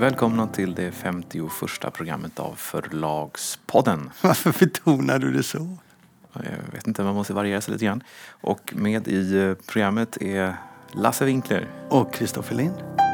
Välkomna till det 51:a programmet av Förlagspodden. Varför betonar du det så? Jag vet inte, man måste variera sig lite grann. Och med i programmet är Lasse Winkler. Och Kristoffer Lind.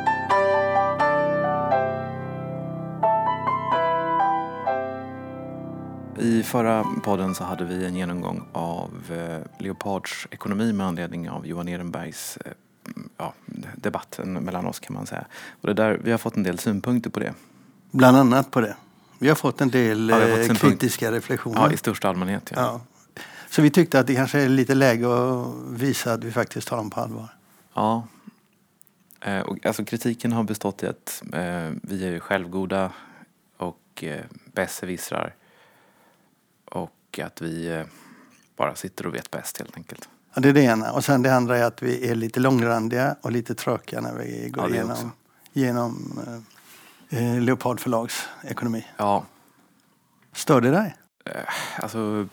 I förra podden så hade vi en genomgång av Leopards ekonomi med anledning av Johan Ehrenbergs debatten mellan oss, kan man säga. Och det där, vi har fått en del synpunkter på det. Bland annat på det. Vi har fått en del kritiska reflektioner. Ja, i största allmänhet. Ja. Så vi tyckte att det kanske är lite läge att visa att vi faktiskt tar dem på allvar. Ja. Och alltså kritiken har bestått i att vi är självgoda och besserwissrar. Och att vi bara sitter och vet bäst, helt enkelt. Ja, det är det ena. Och sen det andra är att vi är lite långrandiga och lite tråkiga när vi går genom Leopard förlags ekonomi. Ja. Stör det dig? Alltså...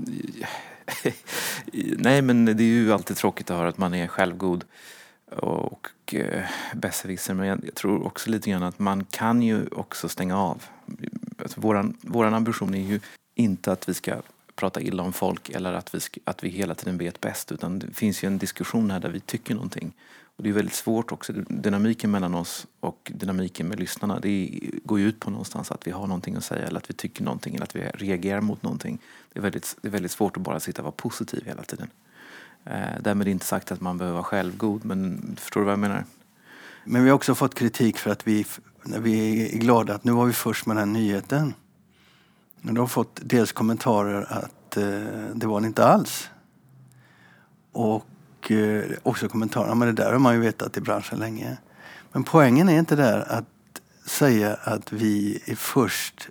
Nej, men det är ju alltid tråkigt att höra att man är självgod och besserwisser. Men jag tror också lite grann att man kan ju också stänga av. Alltså våran ambition är ju inte att vi ska prata illa om folk eller att vi hela tiden vet bäst, utan det finns ju en diskussion här där vi tycker någonting. Och det är väldigt svårt också. Dynamiken mellan oss och dynamiken med lyssnarna, det går ju ut på någonstans att vi har någonting att säga eller att vi tycker någonting eller att vi reagerar mot någonting. Det är väldigt svårt att bara sitta och vara positiv hela tiden. Därmed är det inte sagt att man behöver vara självgod, men förstår du vad jag menar? Men vi har också fått kritik för att vi är glada att nu var vi först med den här nyheten. Men då har fått dels kommentarer att det var det inte alls. Och också kommentarer, men det där har man ju vetat i branschen länge. Men poängen är inte där att säga att vi är först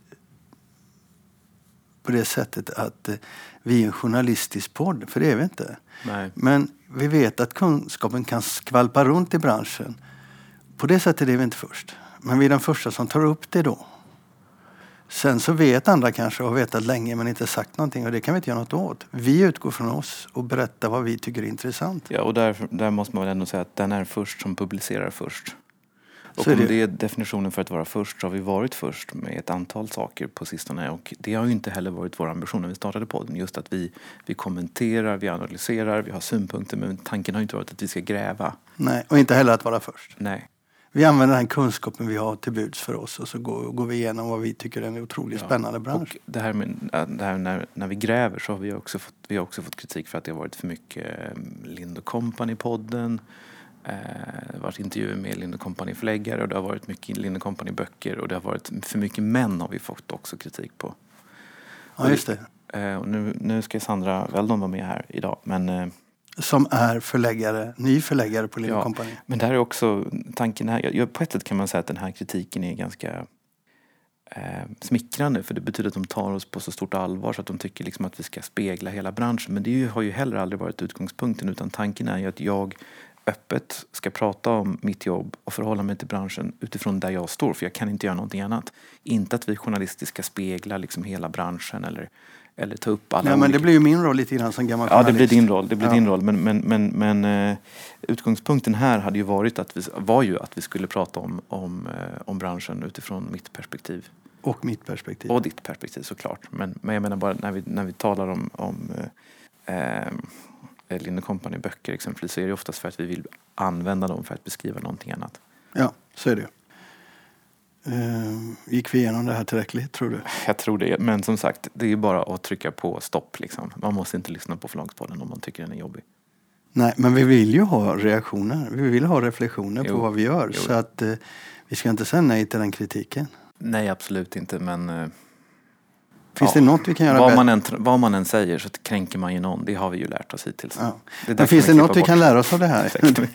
på det sättet att vi är en journalistisk podd, för det är vi inte. Nej. Men vi vet att kunskapen kan skvalpa runt i branschen. På det sättet är vi inte först. Men vi är den första som tar upp det då. Sen så vet andra kanske och har vetat länge men inte sagt någonting, och det kan vi inte göra något åt. Vi utgår från oss och berättar vad vi tycker är intressant. Ja, och där måste man väl ändå säga att den är först som publicerar först. Och så om det är definitionen för att vara först, så har vi varit först med ett antal saker på sistone. Och det har ju inte heller varit vår ambition när vi startade podden. Just att vi kommenterar, vi analyserar, vi har synpunkter, men tanken har inte varit att vi ska gräva. Nej, och inte heller att vara först. Nej. Vi använder den kunskapen vi har till buds för oss och så går vi igenom vad vi tycker är en otroligt spännande bransch. Och det här när vi gräver, så har vi har också fått kritik för att det har varit för mycket Lind & Company i podden. Det har varit intervjuer med Lind & Company-förläggare och det har varit mycket Lind & Company-böcker och det har varit för mycket män, har vi fått också kritik på. Ja, just det. Och nu ska Sandra Weldon vara med här idag, men... Som är ny förläggare på Lind & Company. Men där är också tanken här, på ett sätt kan man säga att den här kritiken är ganska smickrande, för det betyder att de tar oss på så stort allvar så att de tycker liksom att vi ska spegla hela branschen. Men det har ju heller aldrig varit utgångspunkten, utan tanken är ju att jag öppet ska prata om mitt jobb och förhålla mig till branschen utifrån där jag står, för jag kan inte göra någonting annat. Inte att vi journalistiskt ska spegla liksom hela branschen eller ta upp alla. Nej, men det blir ju min roll lite grann som gammal journalist. Ja, det blir din roll. Men utgångspunkten här hade ju varit att vi skulle prata om branschen utifrån mitt perspektiv. Och mitt perspektiv. Och ditt perspektiv, såklart. Men jag menar bara när vi talar om Lind & Company böcker exempelvis, så är det oftast för att vi vill använda dem för att beskriva någonting annat. Ja, så är det. Gick vi igenom det här tillräckligt, tror du? Jag tror det, men som sagt, det är ju bara att trycka på stopp liksom. Man måste inte lyssna på Förlagspodden om man tycker den är jobbig. Nej, men vi vill ju ha reaktioner. Vi vill ha reflektioner på vad vi gör. Så att vi ska inte säga nej till den kritiken. Nej, absolut inte, men... Finns det något vi kan göra bättre? Vad man än säger så kränker man ju någon. Det har vi ju lärt oss hittills. Ja. Men finns det något vi kan lära oss av det här?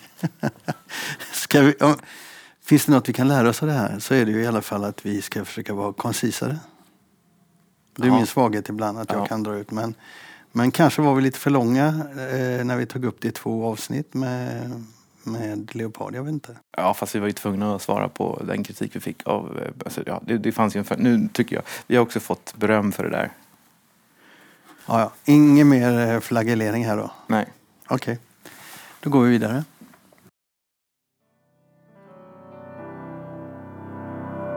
Finns det något vi kan lära oss av det här, så är det ju i alla fall att vi ska försöka vara koncisare. Det är min svaghet ibland att jag kan dra ut. Men kanske var vi lite för långa när vi tog upp det i 2 avsnitt med Leopard, jag vet inte. Ja, fast vi var ju tvungna att svara på den kritik vi fick av... Alltså, det fanns ju nu tycker jag. Vi har också fått beröm för det där. Ja. Ingen mer flagellering här då? Nej. Okej. Då går vi vidare.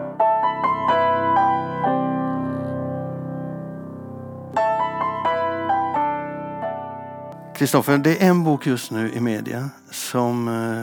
Kristoffer, det är en bok just nu i media som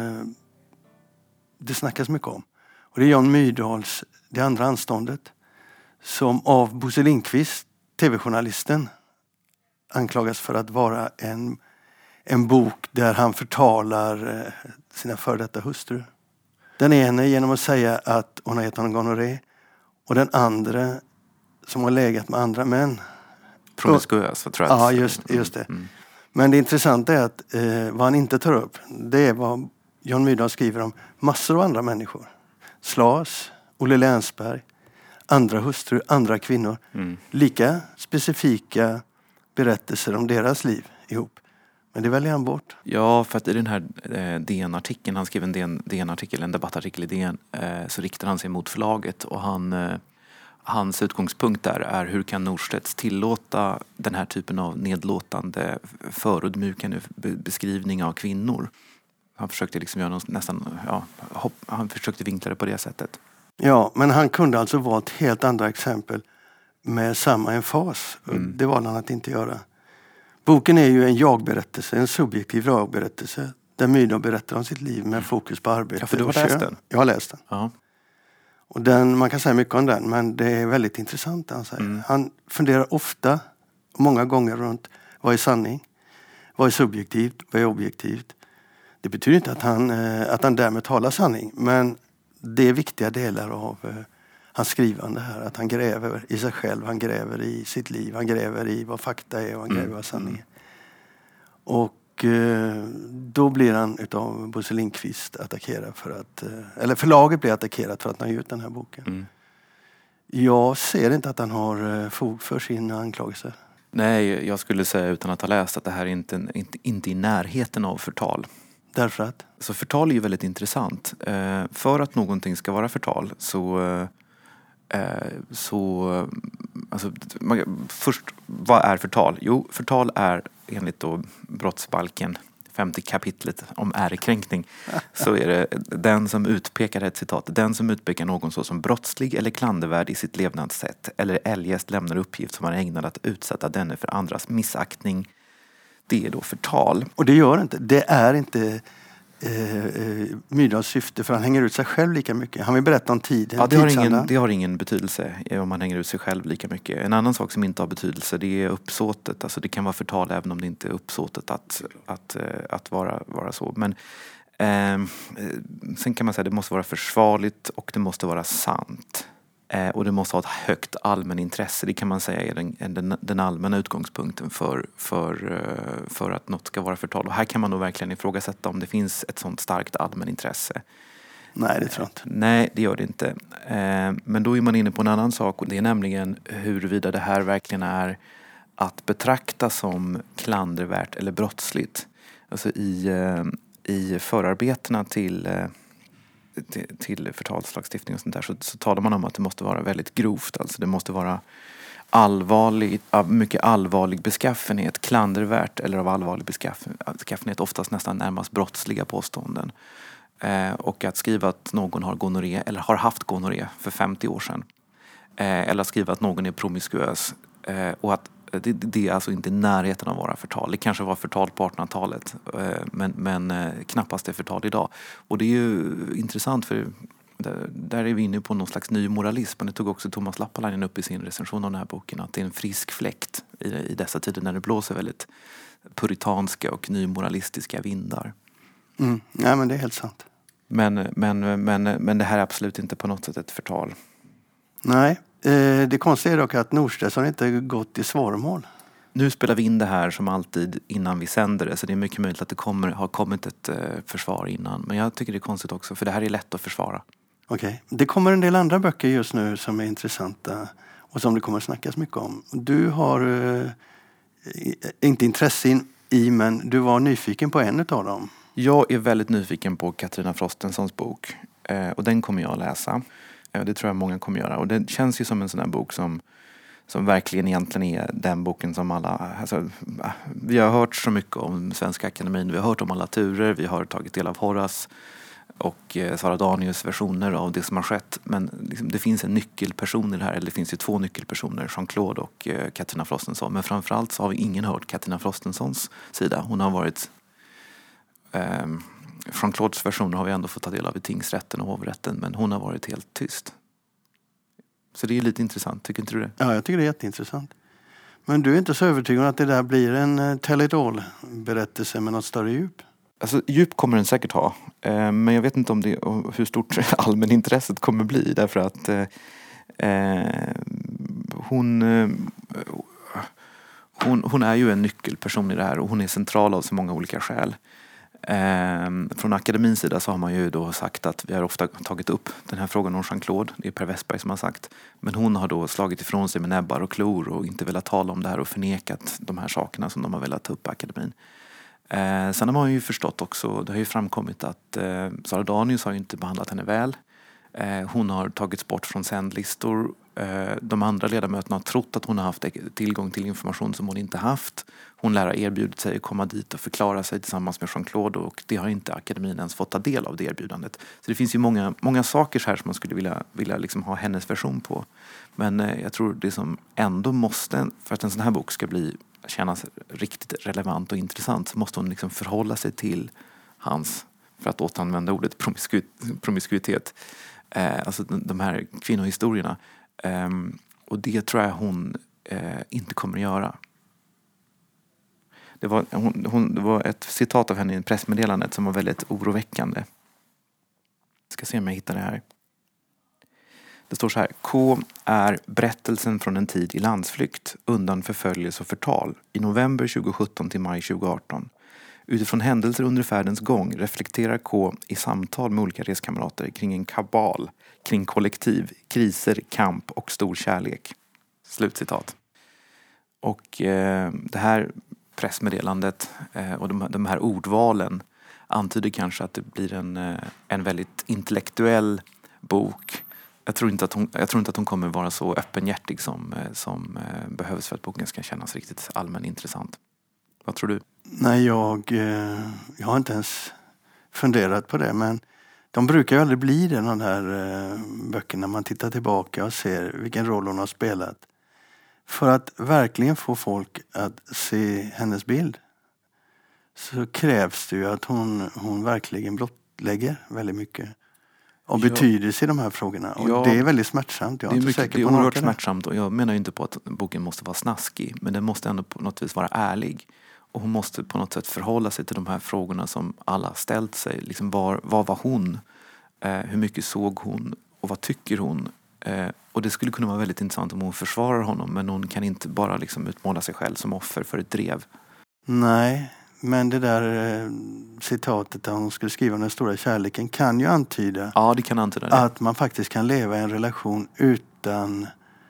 det snackas mycket om. Och det är Jan Myrdals Det andra anståndet som av Bosse Lindqvist, tv-journalisten, anklagas för att vara en bok där han förtalar sina före detta hustrur. Den ene genom att säga att hon har gett honom gonorré och den andra som har legat med andra män. Promiskuös, tror jag. Ja, just det. Men det intressanta är att vad han inte tar upp, det är vad Jan Myrdal skriver om massor av andra människor. Slas, Olle Länsberg, andra hustrur, andra kvinnor. Lika specifika berättelser om deras liv ihop. Men det väljer han bort. Ja, för att i den här DN-artikeln, han skrev en DN-artikel, en debattartikel i DN, så riktar han sig mot förlaget och hans utgångspunkt där är hur kan Norstedts tillåta den här typen av nedlåtande, förödmjukande beskrivning av kvinnor. Han försökte liksom göra han försökte vinkla det på det sättet. Ja, men han kunde alltså valt helt andra exempel med samma emfas. Det valde han att inte göra. Boken är ju en jag-berättelse, en subjektiv jag-berättelse där Myrdal berättar om sitt liv med fokus på arbete. Ja, för du har läst den? Jag har läst den. Ja. Och man kan säga mycket om den, men det är väldigt intressant. Han funderar ofta, många gånger runt, vad är sanning? Vad är subjektivt? Vad är objektivt? Det betyder inte att han därmed talar sanning, men det är viktiga delar av hans skrivande här. Att han gräver i sig själv, han gräver i sitt liv, han gräver i vad fakta är och han gräver vad sanning är. Och då blir han utav Bosse Lindqvist attackerad eller förlaget blir attackerat för att han har gjort den här boken. Jag ser inte att han har fog för sina anklagelser. Nej, jag skulle säga utan att ha läst att det här är inte i närheten av förtal. Därför att? Så förtal är ju väldigt intressant. För att någonting ska vara förtal först, vad är förtal? Jo, förtal är enligt då brottsbalken 50 kapitlet om ärekränkning, så är det den som utpekar ett citat, den som utpekar någon så som brottslig eller klandervärd i sitt levnadssätt eller eljest lämnar uppgift som är ägnad att utsätta denne för andras missaktning. Det är då förtal. Och det gör inte. Det är inte Myrdals syfte, för han hänger ut sig själv lika mycket. Han vill berätta om tiden. Ja, det har ingen betydelse om man hänger ut sig själv lika mycket. En annan sak som inte har betydelse, det är uppsåtet. Alltså det kan vara förtal även om det inte är uppsåtet att vara så. Men sen kan man säga att det måste vara försvarligt och det måste vara sant. Och det måste ha ett högt allmänintresse. Det kan man säga är den allmänna utgångspunkten för att något ska vara förtal. Och här kan man nog verkligen ifrågasätta om det finns ett sånt starkt allmänintresse. Nej, det tror jag inte. Nej, det gör det inte. Men då är man inne på en annan sak, och det är nämligen huruvida det här verkligen är att betrakta som klandervärt eller brottsligt. Alltså i förarbetena till förtalslagstiftning och sånt där så talar man om att det måste vara väldigt grovt. Alltså det måste vara mycket allvarlig beskaffenhet, klandervärt eller av allvarlig beskaffenhet, oftast nästan närmast brottsliga påståenden. Och att skriva att någon har gonorré eller har haft gonorré för 50 år sedan. Eller att skriva att någon är promiskuös. Och att det är alltså inte i närheten av att vara förtal. Det kanske var förtal på 1800-talet, men knappast är förtal idag. Och det är ju intressant, för där är vi inne på någon slags ny moralism. Men det tog också Thomas Lappalainen upp i sin recension av den här boken, att det är en frisk fläkt i dessa tider när det blåser väldigt puritanska och nymoralistiska vindar. Ja, men det är helt sant. Men det här är absolut inte på något sätt ett förtal. Nej. Det konstiga är dock att Norstedts har inte gått i svaromål. Nu spelar vi in det här som alltid innan vi sänder det, så det är mycket möjligt att det har kommit ett försvar innan. Men jag tycker det är konstigt också, för det här är lätt att försvara. Okej. Det kommer en del andra böcker just nu som är intressanta och som det kommer att snackas mycket om. Du har inte intresse i, men du var nyfiken på en av dem. Jag är väldigt nyfiken på Katarina Frostensons bok, och den kommer jag att läsa. Det tror jag många kommer göra. Och det känns ju som en sån här bok som verkligen egentligen är den boken som alla... Alltså, vi har hört så mycket om Svenska Akademin. Vi har hört om alla turer. Vi har tagit del av Horace. och Sara Danius versioner av det som har skett. Men liksom, det finns en nyckelperson i det här, eller det finns ju 2 nyckelpersoner, Jean-Claude och Katarina Frostenson. Men framförallt så har vi ingen hört Katarina Frostensons sida. Hon har varit... Jean-Claudes versioner har vi ändå fått ta del av i tingsrätten och hovrätten, men hon har varit helt tyst. Så det är lite intressant, tycker inte du det? Ja, jag tycker det är jätteintressant. Men du är inte så övertygad om att det där blir en tell-it-all-berättelse med något större djup? Alltså, djup kommer den säkert ha. Men jag vet inte om det, hur stort allmänintresset kommer bli. Därför att hon är ju en nyckelperson i det här. Och hon är central av så många olika skäl. Från akademins sida så har man ju då sagt att vi har ofta tagit upp den här frågan om Jean-Claude. Det är Per Westberg som har sagt. Men hon har då slagit ifrån sig med näbbar och klor och inte velat tala om det här och förnekat de här sakerna som de har velat ta upp i akademin. Sen har man ju förstått också, det har ju framkommit att Sara Danius har ju inte behandlat henne väl. Hon har tagits bort från sändlistor. De andra ledamöterna har trott att hon har haft tillgång till information som hon inte haft. Hon lär ha erbjudit sig att komma dit och förklara sig tillsammans med Jean-Claude, och det har inte akademin ens fått ta del av det erbjudandet. Så det finns ju många saker här som man skulle vilja liksom ha hennes version på. Men jag tror det som ändå måste, för att en sån här bok ska kännas riktigt relevant och intressant, så måste hon liksom förhålla sig till hans, för att återanvända ordet, promiskuitet. Alltså de här kvinnohistorierna. Och det tror jag hon inte kommer att göra. Det var ett citat av henne i en pressmeddelandet som var väldigt oroväckande. Jag ska se om jag hittar det här. Det står så här: K är berättelsen från en tid i landsflykt, undan förföljelse och förtal, i november 2017 till maj 2018. Utifrån händelser under färdens gång reflekterar K i samtal med olika reskamrater kring en kabal, kring kollektiv, kriser, kamp och stor kärlek. Slutcitat. Och det här pressmeddelandet och de här ordvalen antyder kanske att det blir en väldigt intellektuell bok. Jag tror inte att hon kommer vara så öppenhjärtig som behövs för att boken ska kännas riktigt allmän intressant. Vad tror du? Nej, jag har inte ens funderat på det, men de brukar ju aldrig bli det, de här böckerna. Man tittar tillbaka och ser vilken roll hon har spelat. För att verkligen få folk att se hennes bild så krävs det ju att hon verkligen blottlägger väldigt mycket och betydelse i de här frågorna. Och det är väldigt smärtsamt. Jag är inte säker på det är oerhört smärtsamt, och jag menar ju inte på att boken måste vara snaskig, men den måste ändå på något vis vara ärlig. Och hon måste på något sätt förhålla sig till de här frågorna som alla ställt sig. Liksom vad var hon? Hur mycket såg hon? Och vad tycker hon? Och det skulle kunna vara väldigt intressant om hon försvarar honom, men hon kan inte bara liksom utmåla sig själv som offer för ett drev. Nej, men det där citatet där hon skulle skriva om den stora kärleken kan ju antyda, det kan antyda det. Att man faktiskt kan leva i en relation utan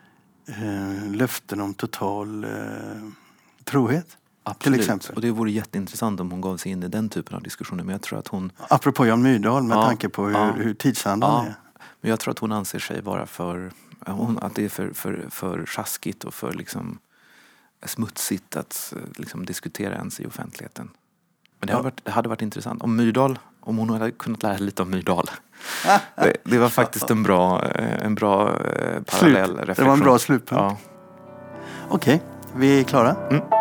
löften om total trohet. Absolut. Till exempel. Och det vore jätteintressant om hon gav sig in i den typen av diskussioner. Men jag tror att hon... Apropå Jan Myrdal, med tanke på hur tidsandan är. Men jag tror att hon anser sig vara att det är för sjaskigt och för liksom smutsigt att liksom diskutera ens i offentligheten. Men det hade varit intressant. Om hon hade kunnat lära lite om Myrdal. Det var faktiskt en bra parallell reflektion. Det var en bra slutpunkt. Ja. Okej, vi är klara.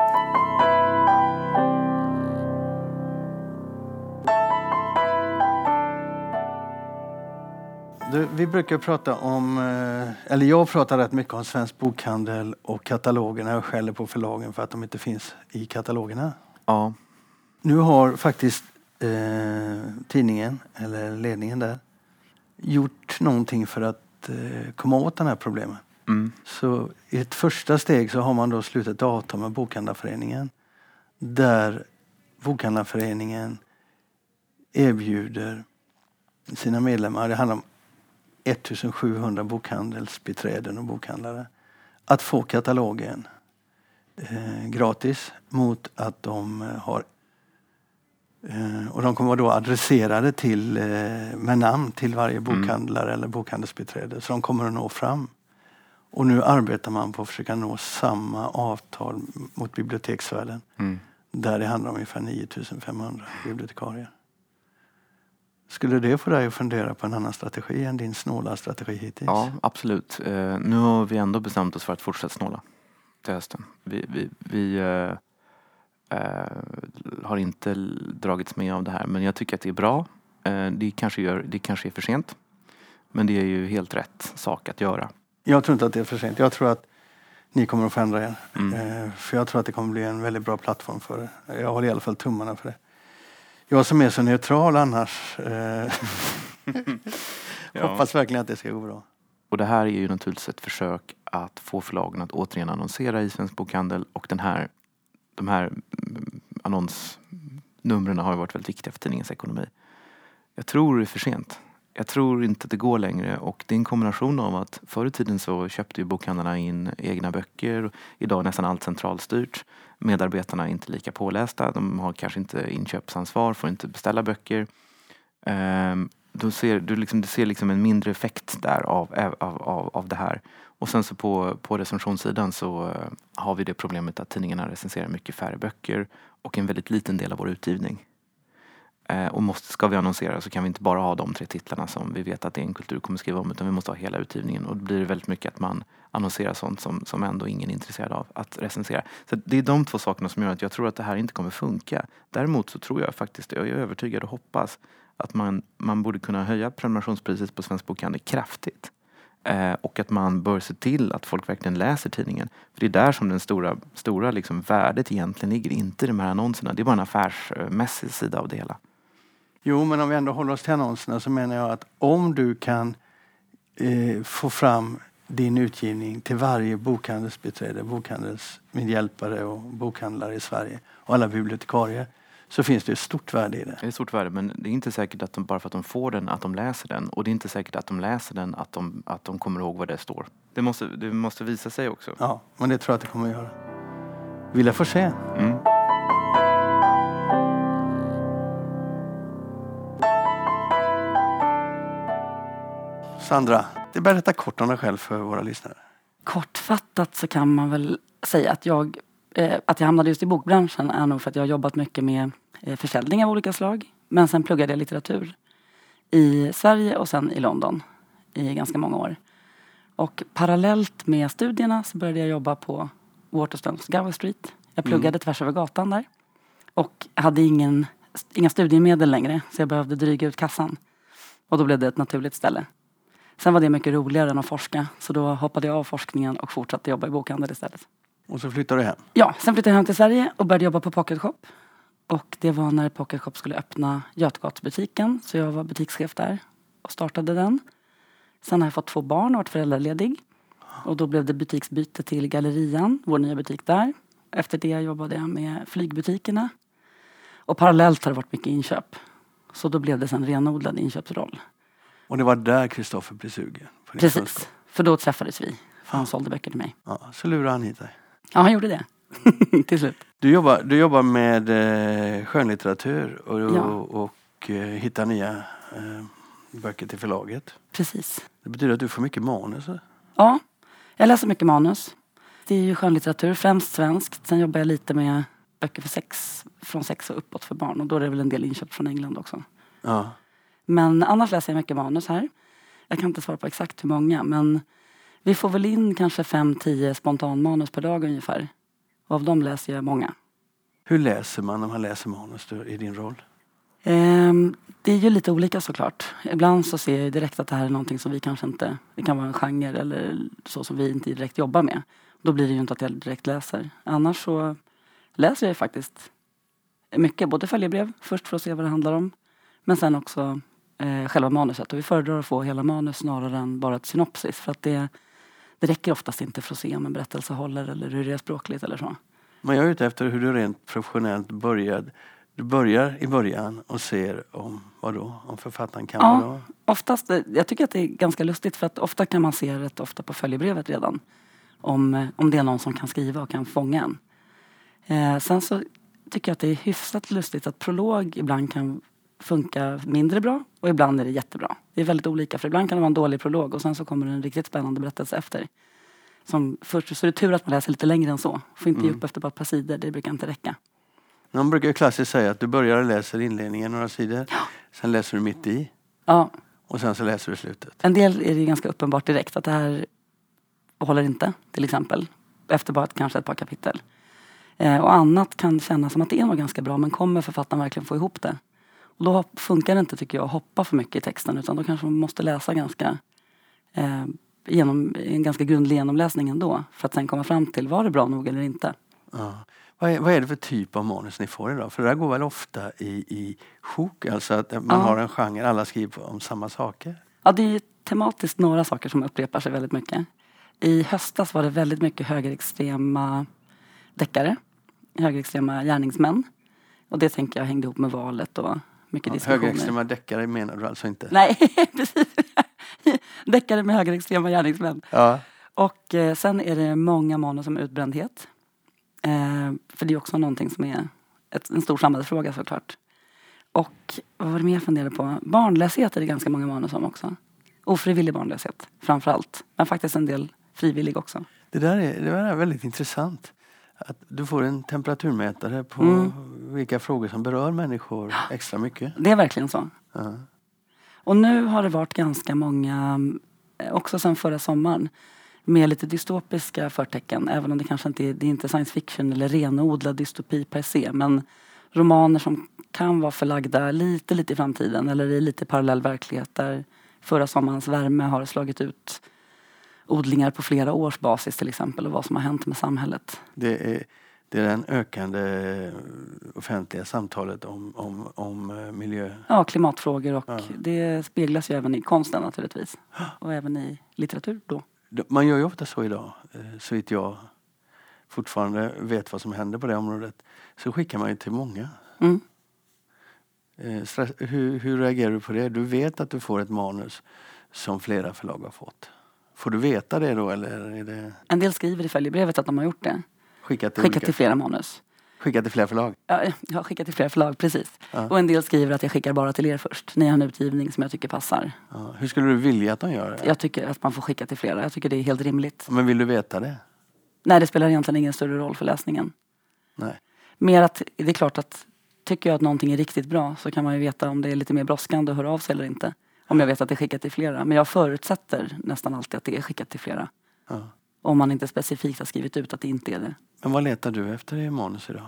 Vi brukar prata om, eller jag pratar rätt mycket om svensk bokhandel och katalogerna. Jag skäller på förlagen för att de inte finns i katalogerna. Ja. Nu har faktiskt tidningen, eller ledningen där, gjort någonting för att komma åt den här problemen. Så i ett första steg så har man då slutit avtal med Bokhandlarföreningen, där Bokhandlarföreningen erbjuder sina medlemmar, det handlar om 1700 bokhandelsbiträden och bokhandlare, att få katalogen gratis mot att de har, och de kommer då adresserade till med namn till varje bokhandlare eller bokhandelsbiträde, så de kommer att nå fram. Och nu arbetar man på att försöka nå samma avtal mot biblioteksvärlden, där det handlar om ungefär 9500 bibliotekarier. Skulle det få dig att fundera på en annan strategi än din snåla strategi hittills? Ja, absolut. Nu har vi ändå bestämt oss för att fortsätta snåla till hösten. Vi har inte dragits med av det här, men jag tycker att det är bra. Det kanske är för sent, men det är ju helt rätt sak att göra. Jag tror inte att det är för sent. Jag tror att ni kommer att förändra er. För jag tror att det kommer bli en väldigt bra plattform för det. Jag håller i alla fall tummarna för det. Jag som är så neutral annars hoppas verkligen att det ska gå bra. Och det här är ju naturligtvis ett försök att få förlagen att återigen annonsera i Svensk Bokhandel. Och de här annonsnumren har ju varit väldigt viktiga för tidningens ekonomi. Jag tror det är för sent. Jag tror inte att det går längre, och det är en kombination av att förr i tiden så köpte ju bokhandlarna in egna böcker. Idag är nästan allt centralstyrt. Medarbetarna är inte lika pålästa. De har kanske inte inköpsansvar, får inte beställa böcker. Du ser liksom en mindre effekt där av det här. Och sen så på recensionssidan så har vi det problemet att tidningarna recenserar mycket färre böcker och en väldigt liten del av vår utgivning. Och ska vi annonsera så kan vi inte bara ha de 3 titlarna som vi vet att en kultur kommer skriva om, utan vi måste ha hela utgivningen. Och då blir det väldigt mycket att man annonserar sånt som ändå ingen är intresserad av att recensera. Så det är de 2 sakerna som gör att jag tror att det här inte kommer funka. Däremot så tror jag faktiskt, jag är övertygad och hoppas att man borde kunna höja prenumerationspriset på Svensk Bokhandel kraftigt. Och att man bör se till att folk verkligen läser tidningen. För det är där som den stora liksom värdet egentligen ligger, inte i de här annonserna. Det är bara en affärsmässig sida av det hela. Jo, men om vi ändå håller oss till annonserna så menar jag att om du kan få fram din utgivning till varje bokhandelsbiträde, bokhandelsmedhjälpare och bokhandlare i Sverige och alla bibliotekarier, så finns det ett stort värde i det. Det är ett stort värde, men det är inte säkert att bara för att de får den, att de läser den. Och det är inte säkert att de läser den, att de kommer ihåg vad det står. Det måste visa sig också. Ja, men det tror jag att det kommer att göra. Vill jag få se? Sandra, berätta kort om dig själv för våra lyssnare. Kortfattat så kan man väl säga att jag hamnade just i bokbranschen är nog för att jag har jobbat mycket med försäljning av olika slag. Men sen pluggade jag litteratur i Sverige och sen i London i ganska många år. Och parallellt med studierna så började jag jobba på Waterstones Gower Street. Jag pluggade tvärs över gatan där. Och hade inga studiemedel längre, så jag behövde dryga ut kassan. Och då blev det ett naturligt ställe. Sen var det mycket roligare än att forska, så då hoppade jag av forskningen och fortsatte jobba i bokhandel istället. Och så flyttade du hem? Ja, sen flyttade jag hem till Sverige och började jobba på Pocket Shop. Och det var när Pocket Shop skulle öppna Götgatsbutiken, så jag var butikschef där och startade den. Sen har jag fått 2 barn och varit föräldraledig. Och då blev det butiksbyte till Gallerian, vår nya butik där. Efter det jobbade jag med flygbutikerna. Och parallellt har det varit mycket inköp. Så då blev det sen renodlad inköpsroll. Och det var där Kristoffer blev sugen? Precis, kunskap. För då träffades vi. För han sålde böcker till mig. Ja, så lurade han hit dig? Ja, han gjorde det. Till slut. Du jobbar med skönlitteratur och hittar nya böcker till förlaget. Precis. Det betyder att du får mycket manus? Ja, jag läser mycket manus. Det är ju skönlitteratur, främst svenskt. Sen jobbar jag lite med böcker från 6 och uppåt för barn. Och då är det väl en del inköpt från England också. Ja. Men annars läser jag mycket manus här. Jag kan inte svara på exakt hur många, men vi får väl in kanske 5-10 spontanmanus per dag ungefär. Och av dem läser jag många. Hur läser man när man läser manus i din roll? Det är ju lite olika såklart. Ibland så ser jag direkt att det här är någonting som vi kanske inte... Det kan vara en genre eller så som vi inte direkt jobbar med. Då blir det ju inte att jag direkt läser. Annars så läser jag faktiskt mycket. Både följebrev först för att se vad det handlar om. Men sen också själva manuset. Och vi föredrar att få hela manus snarare än bara ett synopsis. För att det räcker oftast inte för att se om en berättelse håller eller hur det är språkligt eller så. Men jag är ute efter hur du rent professionellt började. Du börjar i början och ser om författaren kan vara bra. Oftast, jag tycker att det är ganska lustigt för att ofta kan man se rätt ofta på följebrevet redan. Om det är någon som kan skriva och kan fånga en. Sen så tycker jag att det är hyfsat lustigt att prolog ibland kan funka mindre bra och ibland är det jättebra. Det är väldigt olika, för ibland kan det vara en dålig prolog och sen så kommer det en riktigt spännande berättelse efter. Som först så är det tur att man läser lite längre än så. Får inte ge upp efter bara ett par sidor, det brukar inte räcka. Man brukar ju klassiskt säga att du börjar och läser inledningen några sidor. Sen läser du mitt i. Ja. Och sen så läser du slutet. En del är det ganska uppenbart direkt att det här håller inte, till exempel. Efter bara kanske ett par kapitel. Och annat kan kännas som att det är nog ganska bra, men kommer författaren verkligen få ihop det? Och då funkar det inte, tycker jag, att hoppa för mycket i texten, utan då kanske man måste läsa ganska en ganska grundlig genomläsning ändå, för att sen komma fram till, var det bra nog eller inte? Ja. Vad är det för typ av manus ni får idag? För det där går väl ofta i sjok, alltså att man har en genre, alla skriver om samma saker. Ja, det är ju tematiskt några saker som upprepar sig väldigt mycket. I höstas var det väldigt mycket högerextrema deckare, högerextrema gärningsmän. Och det tänker jag hängde ihop med valet och mycket diskussioner. Högerextrema deckare menar du alltså inte? Nej, precis. Deckare med högerextrema gärningsmän. Ja. Och sen är det många manus om utbrändhet. För det är också någonting som är en stor samhällsfråga såklart. Och vad var det mer jag funderade på? Barnlöshet är det ganska många manus om också. Ofrivillig barnlöshet framförallt. Men faktiskt en del frivillig också. Det är väldigt intressant. Att du får en temperaturmätare på vilka frågor som berör människor extra mycket. Det är verkligen så. Ja. Och nu har det varit ganska många, också sedan förra sommaren, med lite dystopiska förtecken. Även om det kanske inte är inte science fiction eller renodlad dystopi per se. Men romaner som kan vara förlagda lite i framtiden. Eller i lite parallell verklighet där förra sommarens värme har slagit ut odlingar på flera års basis till exempel. Och vad som har hänt med samhället. Det är den ökande offentliga samtalet om miljö. Ja, klimatfrågor och det speglas ju även i konsten naturligtvis. Och även i litteratur då. Man gör ju ofta så idag, så vitt jag fortfarande vet vad som händer på det området. Så skickar man ju till många. Mm. Hur reagerar du på det? Du vet att du får ett manus som flera förlag har fått. Får du veta det då eller är det... En del skriver i följebrevet att de har gjort det. Skickat till flera manus. Skickat till flera förlag? Ja, jag har skickat till flera förlag, precis. Ja. Och en del skriver att jag skickar bara till er först. Ni har en utgivning som jag tycker passar. Ja. Hur skulle du vilja att de gör det? Jag tycker att man får skicka till flera. Jag tycker det är helt rimligt. Men vill du veta det? Nej, det spelar egentligen ingen större roll för läsningen. Nej. Mer att det är klart att tycker jag att någonting är riktigt bra så kan man ju veta om det är lite mer brådskande att höra av sig eller inte. Om jag vet att det är skickat till flera. Men jag förutsätter nästan alltid att det är skickat till flera. Ja. Om man inte specifikt har skrivit ut att det inte är det. Men vad letar du efter i manus idag?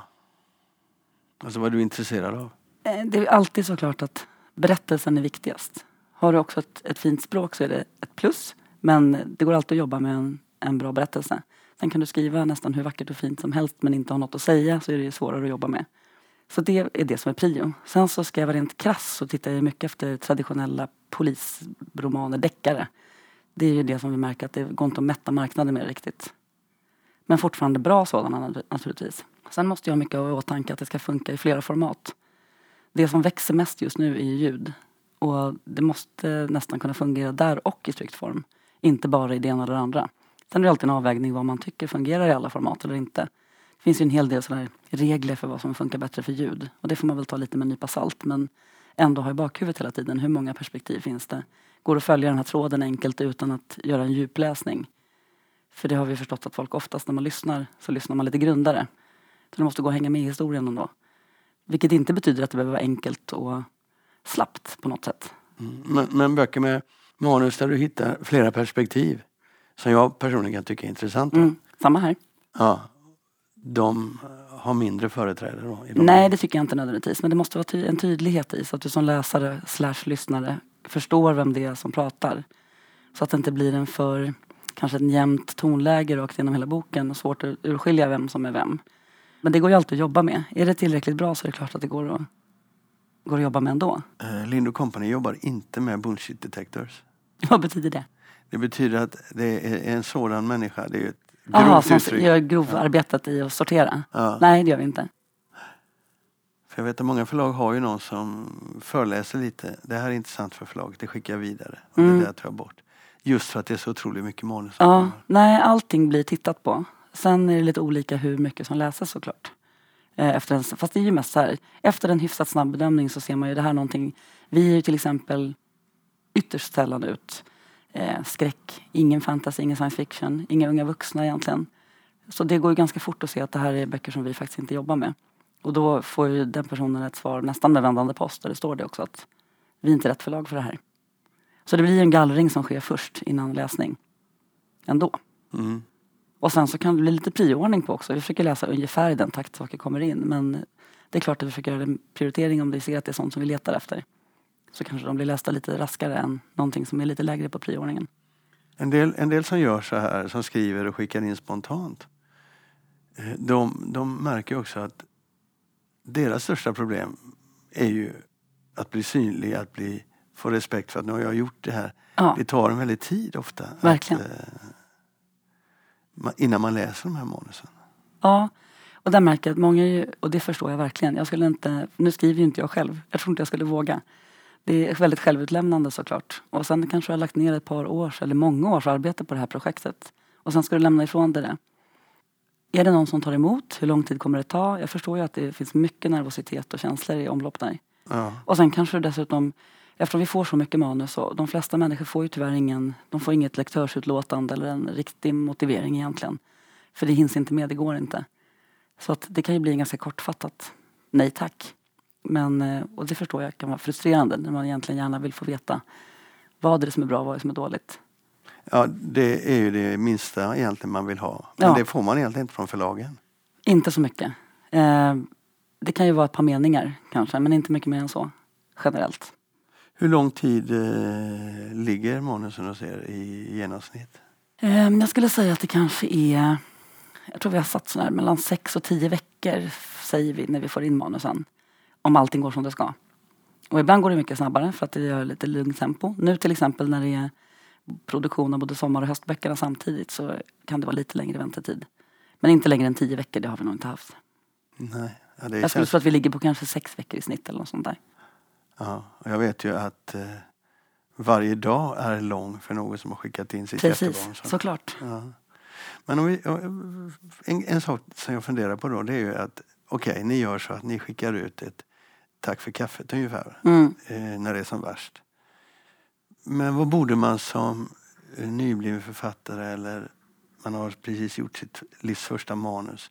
Alltså vad är du intresserad av? Det är alltid såklart att berättelsen är viktigast. Har du också ett fint språk så är det ett plus. Men det går alltid att jobba med en bra berättelse. Sen kan du skriva nästan hur vackert och fint som helst men inte ha något att säga så är det svårare att jobba med. Så det är det som är prio. Sen så ska jag vara rent krass och titta mycket efter traditionella polisromaner, deckare. Det är ju det som vi märker att det går inte att mätta marknaden med riktigt. Men fortfarande bra sådana naturligtvis. Sen måste jag ha mycket i åtanke att det ska funka i flera format. Det som växer mest just nu är ljud. Och det måste nästan kunna fungera där och i tryckt form. Inte bara i det ena eller det andra. Sen är det alltid en avvägning vad man tycker fungerar i alla format eller inte. Det finns ju en hel del sådana regler för vad som funkar bättre för ljud. Och det får man väl ta lite med en nypa salt. Men ändå ha i bakhuvudet hela tiden. Hur många perspektiv finns det? Går att följa den här tråden enkelt utan att göra en djupläsning? För det har vi förstått att folk oftast när man lyssnar så lyssnar man lite grundare. Så det måste gå att hänga med i historien ändå. Vilket inte betyder att det behöver vara enkelt och slappt på något sätt. Men böcker med manus där du hittar flera perspektiv som jag personligen tycker är intressanta. Samma här. Ja, de har mindre företrädare då? Nej, det tycker jag inte nödvändigtvis. Men det måste vara en tydlighet i så att du som läsare / lyssnare förstår vem det är som pratar. Så att det inte blir kanske ett jämnt tonläge rakt genom hela boken och svårt att urskilja vem som är vem. Men det går ju alltid att jobba med. Är det tillräckligt bra så är det klart att det går att jobba med ändå. Lind & Company jobbar inte med bullshit detectors. Vad betyder det? Det betyder att det är en sådan människa. Det är ett grovt uttryck. Som gör grovarbetet i att sortera? Ja. Nej, det gör vi inte. För jag vet att många förlag har ju någon som föreläser lite. Det här är intressant för förlaget, det skickar jag vidare. Och det där tar jag bort. Just för att det är så otroligt mycket manus. Ja, nej, allting blir tittat på. Sen är det lite olika hur mycket som läses såklart. Fast det är ju mest så här. Efter en hyfsat snabb bedömning så ser man ju det här någonting. Vi är ju till exempel ytterst sällan ut. Skräck, ingen fantasy, ingen science fiction, inga unga vuxna egentligen. Så det går ju ganska fort att se att det här är böcker som vi faktiskt inte jobbar med. Och då får ju den personen ett svar nästan med vändande post. Där det står det också att vi är inte rätt förlag för det här. Så det blir en gallring som sker först innan läsning. Ändå. Mm. Och sen så kan det bli lite prioordning på också. Vi försöker läsa ungefär i den takt saker kommer in. Men det är klart att vi försöker göra en prioritering om vi ser att det är sånt som vi letar efter. Så kanske de blir lästa lite raskare än någonting som är lite lägre på prioordningen. En del som gör så här, som skriver och skickar in spontant, de märker också att deras största problem är ju att bli synlig, att få respekt för att nu har jag gjort det här. Ja. Det tar en väldigt tid ofta. Verkligen. Innan man läser de här manusen. Ja, och där märker jag att många, och det förstår jag verkligen. Nu skriver ju inte jag själv. Jag tror inte jag skulle våga. Det är väldigt självutlämnande såklart. Och sen kanske jag har lagt ner ett par års eller många års arbete på det här projektet. Och sen ska du lämna ifrån dig det. Är det någon som tar emot? Hur lång tid kommer det ta? Jag förstår ju att det finns mycket nervositet och känslor i omlopp där. Ja. Och sen kanske dessutom, eftersom vi får så mycket manus, och de flesta människor får ju tyvärr inget lektörsutlåtande eller en riktig motivering egentligen. För det hinns inte med, det går inte. Så att det kan ju bli ganska kortfattat. Nej tack. Men, och det förstår jag kan vara frustrerande när man egentligen gärna vill få veta vad är det som är bra och vad är det som är dåligt. Ja, det är ju det minsta egentligen man vill ha. Men det får man egentligen inte från förlagen. Inte så mycket. Det kan ju vara ett par meningar kanske, men inte mycket mer än så generellt. Hur lång tid ligger manusen hos er i genomsnitt? Jag skulle säga att det kanske är, jag tror vi har satt sådär mellan 6 och 10 veckor säger vi när vi får in manusen. Om allting går som det ska. Och ibland går det mycket snabbare för att det gör lite lugnt tempo. Nu till exempel när det är produktion av både sommar- och höstböckerna samtidigt så kan det vara lite längre väntetid. Men inte längre än 10 veckor, det har vi nog inte haft. Nej. Ja, jag skulle tro att vi ligger på kanske 6 veckor i snitt eller något sånt där. Ja, och jag vet ju att varje dag är lång för någon som har skickat in sitt Precis, jättebarn. såklart. Ja. Men en sak som jag funderar på då, det är ju att okej, ni gör så att ni skickar ut ett tack för kaffet ungefär när det är som värst. Men vad borde man som nybliven författare eller man har precis gjort sitt livs första manus,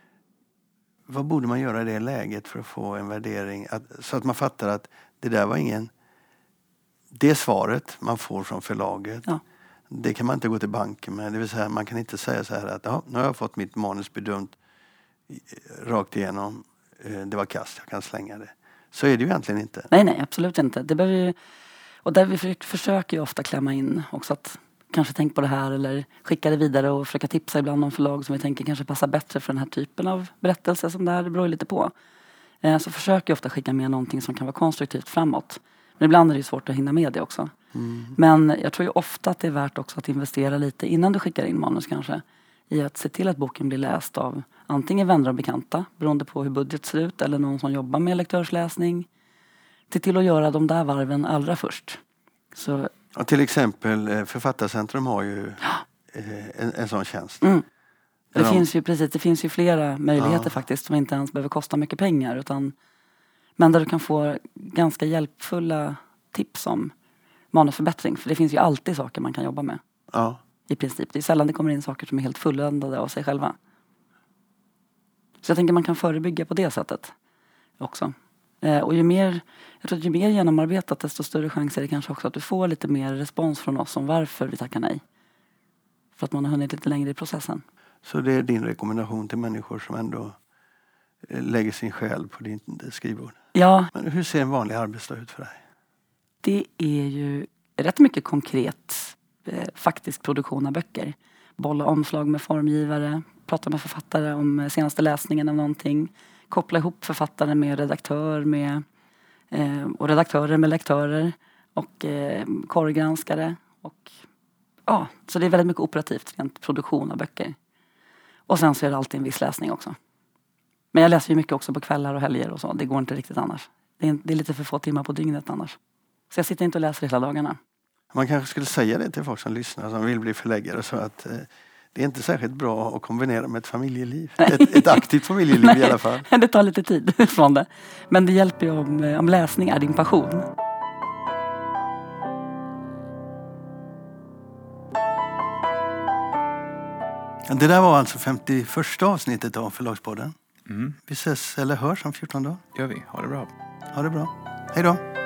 vad borde man göra i det läget för att få en värdering så att man fattar att det där var det svaret man får från förlaget, det kan man inte gå till banken med. Det vill säga man kan inte säga så här att nu har jag fått mitt manus bedömt rakt igenom, det var kast, jag kan slänga det. Så är det ju egentligen inte. Nej, absolut inte. Det behöver ju, och där vi försöker ju ofta klämma in också att kanske tänk på det här eller skicka det vidare och försöka tipsa ibland om förlag som vi tänker kanske passar bättre för den här typen av berättelse som det här, det beror lite på. Så försöker jag ofta skicka med någonting som kan vara konstruktivt framåt. Men ibland är det ju svårt att hinna med det också. Men jag tror ju ofta att det är värt också att investera lite innan du skickar in manus kanske. I att se till att boken blir läst av antingen vänner och bekanta, beroende på hur budget ser ut, eller någon som jobbar med lektörsläsning. Till att göra de där varven allra först. Så, och till exempel Författarcentrum har ju en sån tjänst. Det finns ju flera möjligheter faktiskt som inte ens behöver kosta mycket pengar. Men där du kan få ganska hjälpfulla tips om manusförbättring. För det finns ju alltid saker man kan jobba med. Ja. I princip. Det är sällan det kommer in saker som är helt fulländade av sig själva. Så jag tänker man kan förebygga på det sättet också. Och ju mer genomarbetat desto större chans är det kanske också att du får lite mer respons från oss om varför vi tackar nej. För att man har hunnit lite längre i processen. Så det är din rekommendation till människor som ändå lägger sin själ på din skrivbord? Ja. Men hur ser en vanlig arbetsdag ut för dig? Det är ju rätt mycket konkret faktisk produktion av böcker. Bolla omslag med formgivare, prata med författare om senaste läsningen av någonting. Koppla ihop författare med redaktör och redaktörer med lektörer och korrgranskare. Så det är väldigt mycket operativt, rent produktion av böcker. Och sen så är det alltid en viss läsning också. Men jag läser ju mycket också på kvällar och helger och så. Det går inte riktigt annars. Det är lite för få timmar på dygnet annars. Så jag sitter inte och läser hela dagarna. Man kanske skulle säga det till folk som lyssnar som vill bli förläggare så att det är inte särskilt bra att kombinera med ett familjeliv. Ett aktivt familjeliv i alla fall. Det tar lite tid från det. Men det hjälper ju om läsning är din passion. Det där var alltså 51 avsnittet av Förlagspodden. Vi ses eller hörs om 14 dagar. Gör vi. Ha det bra. Ha det bra. Hej då.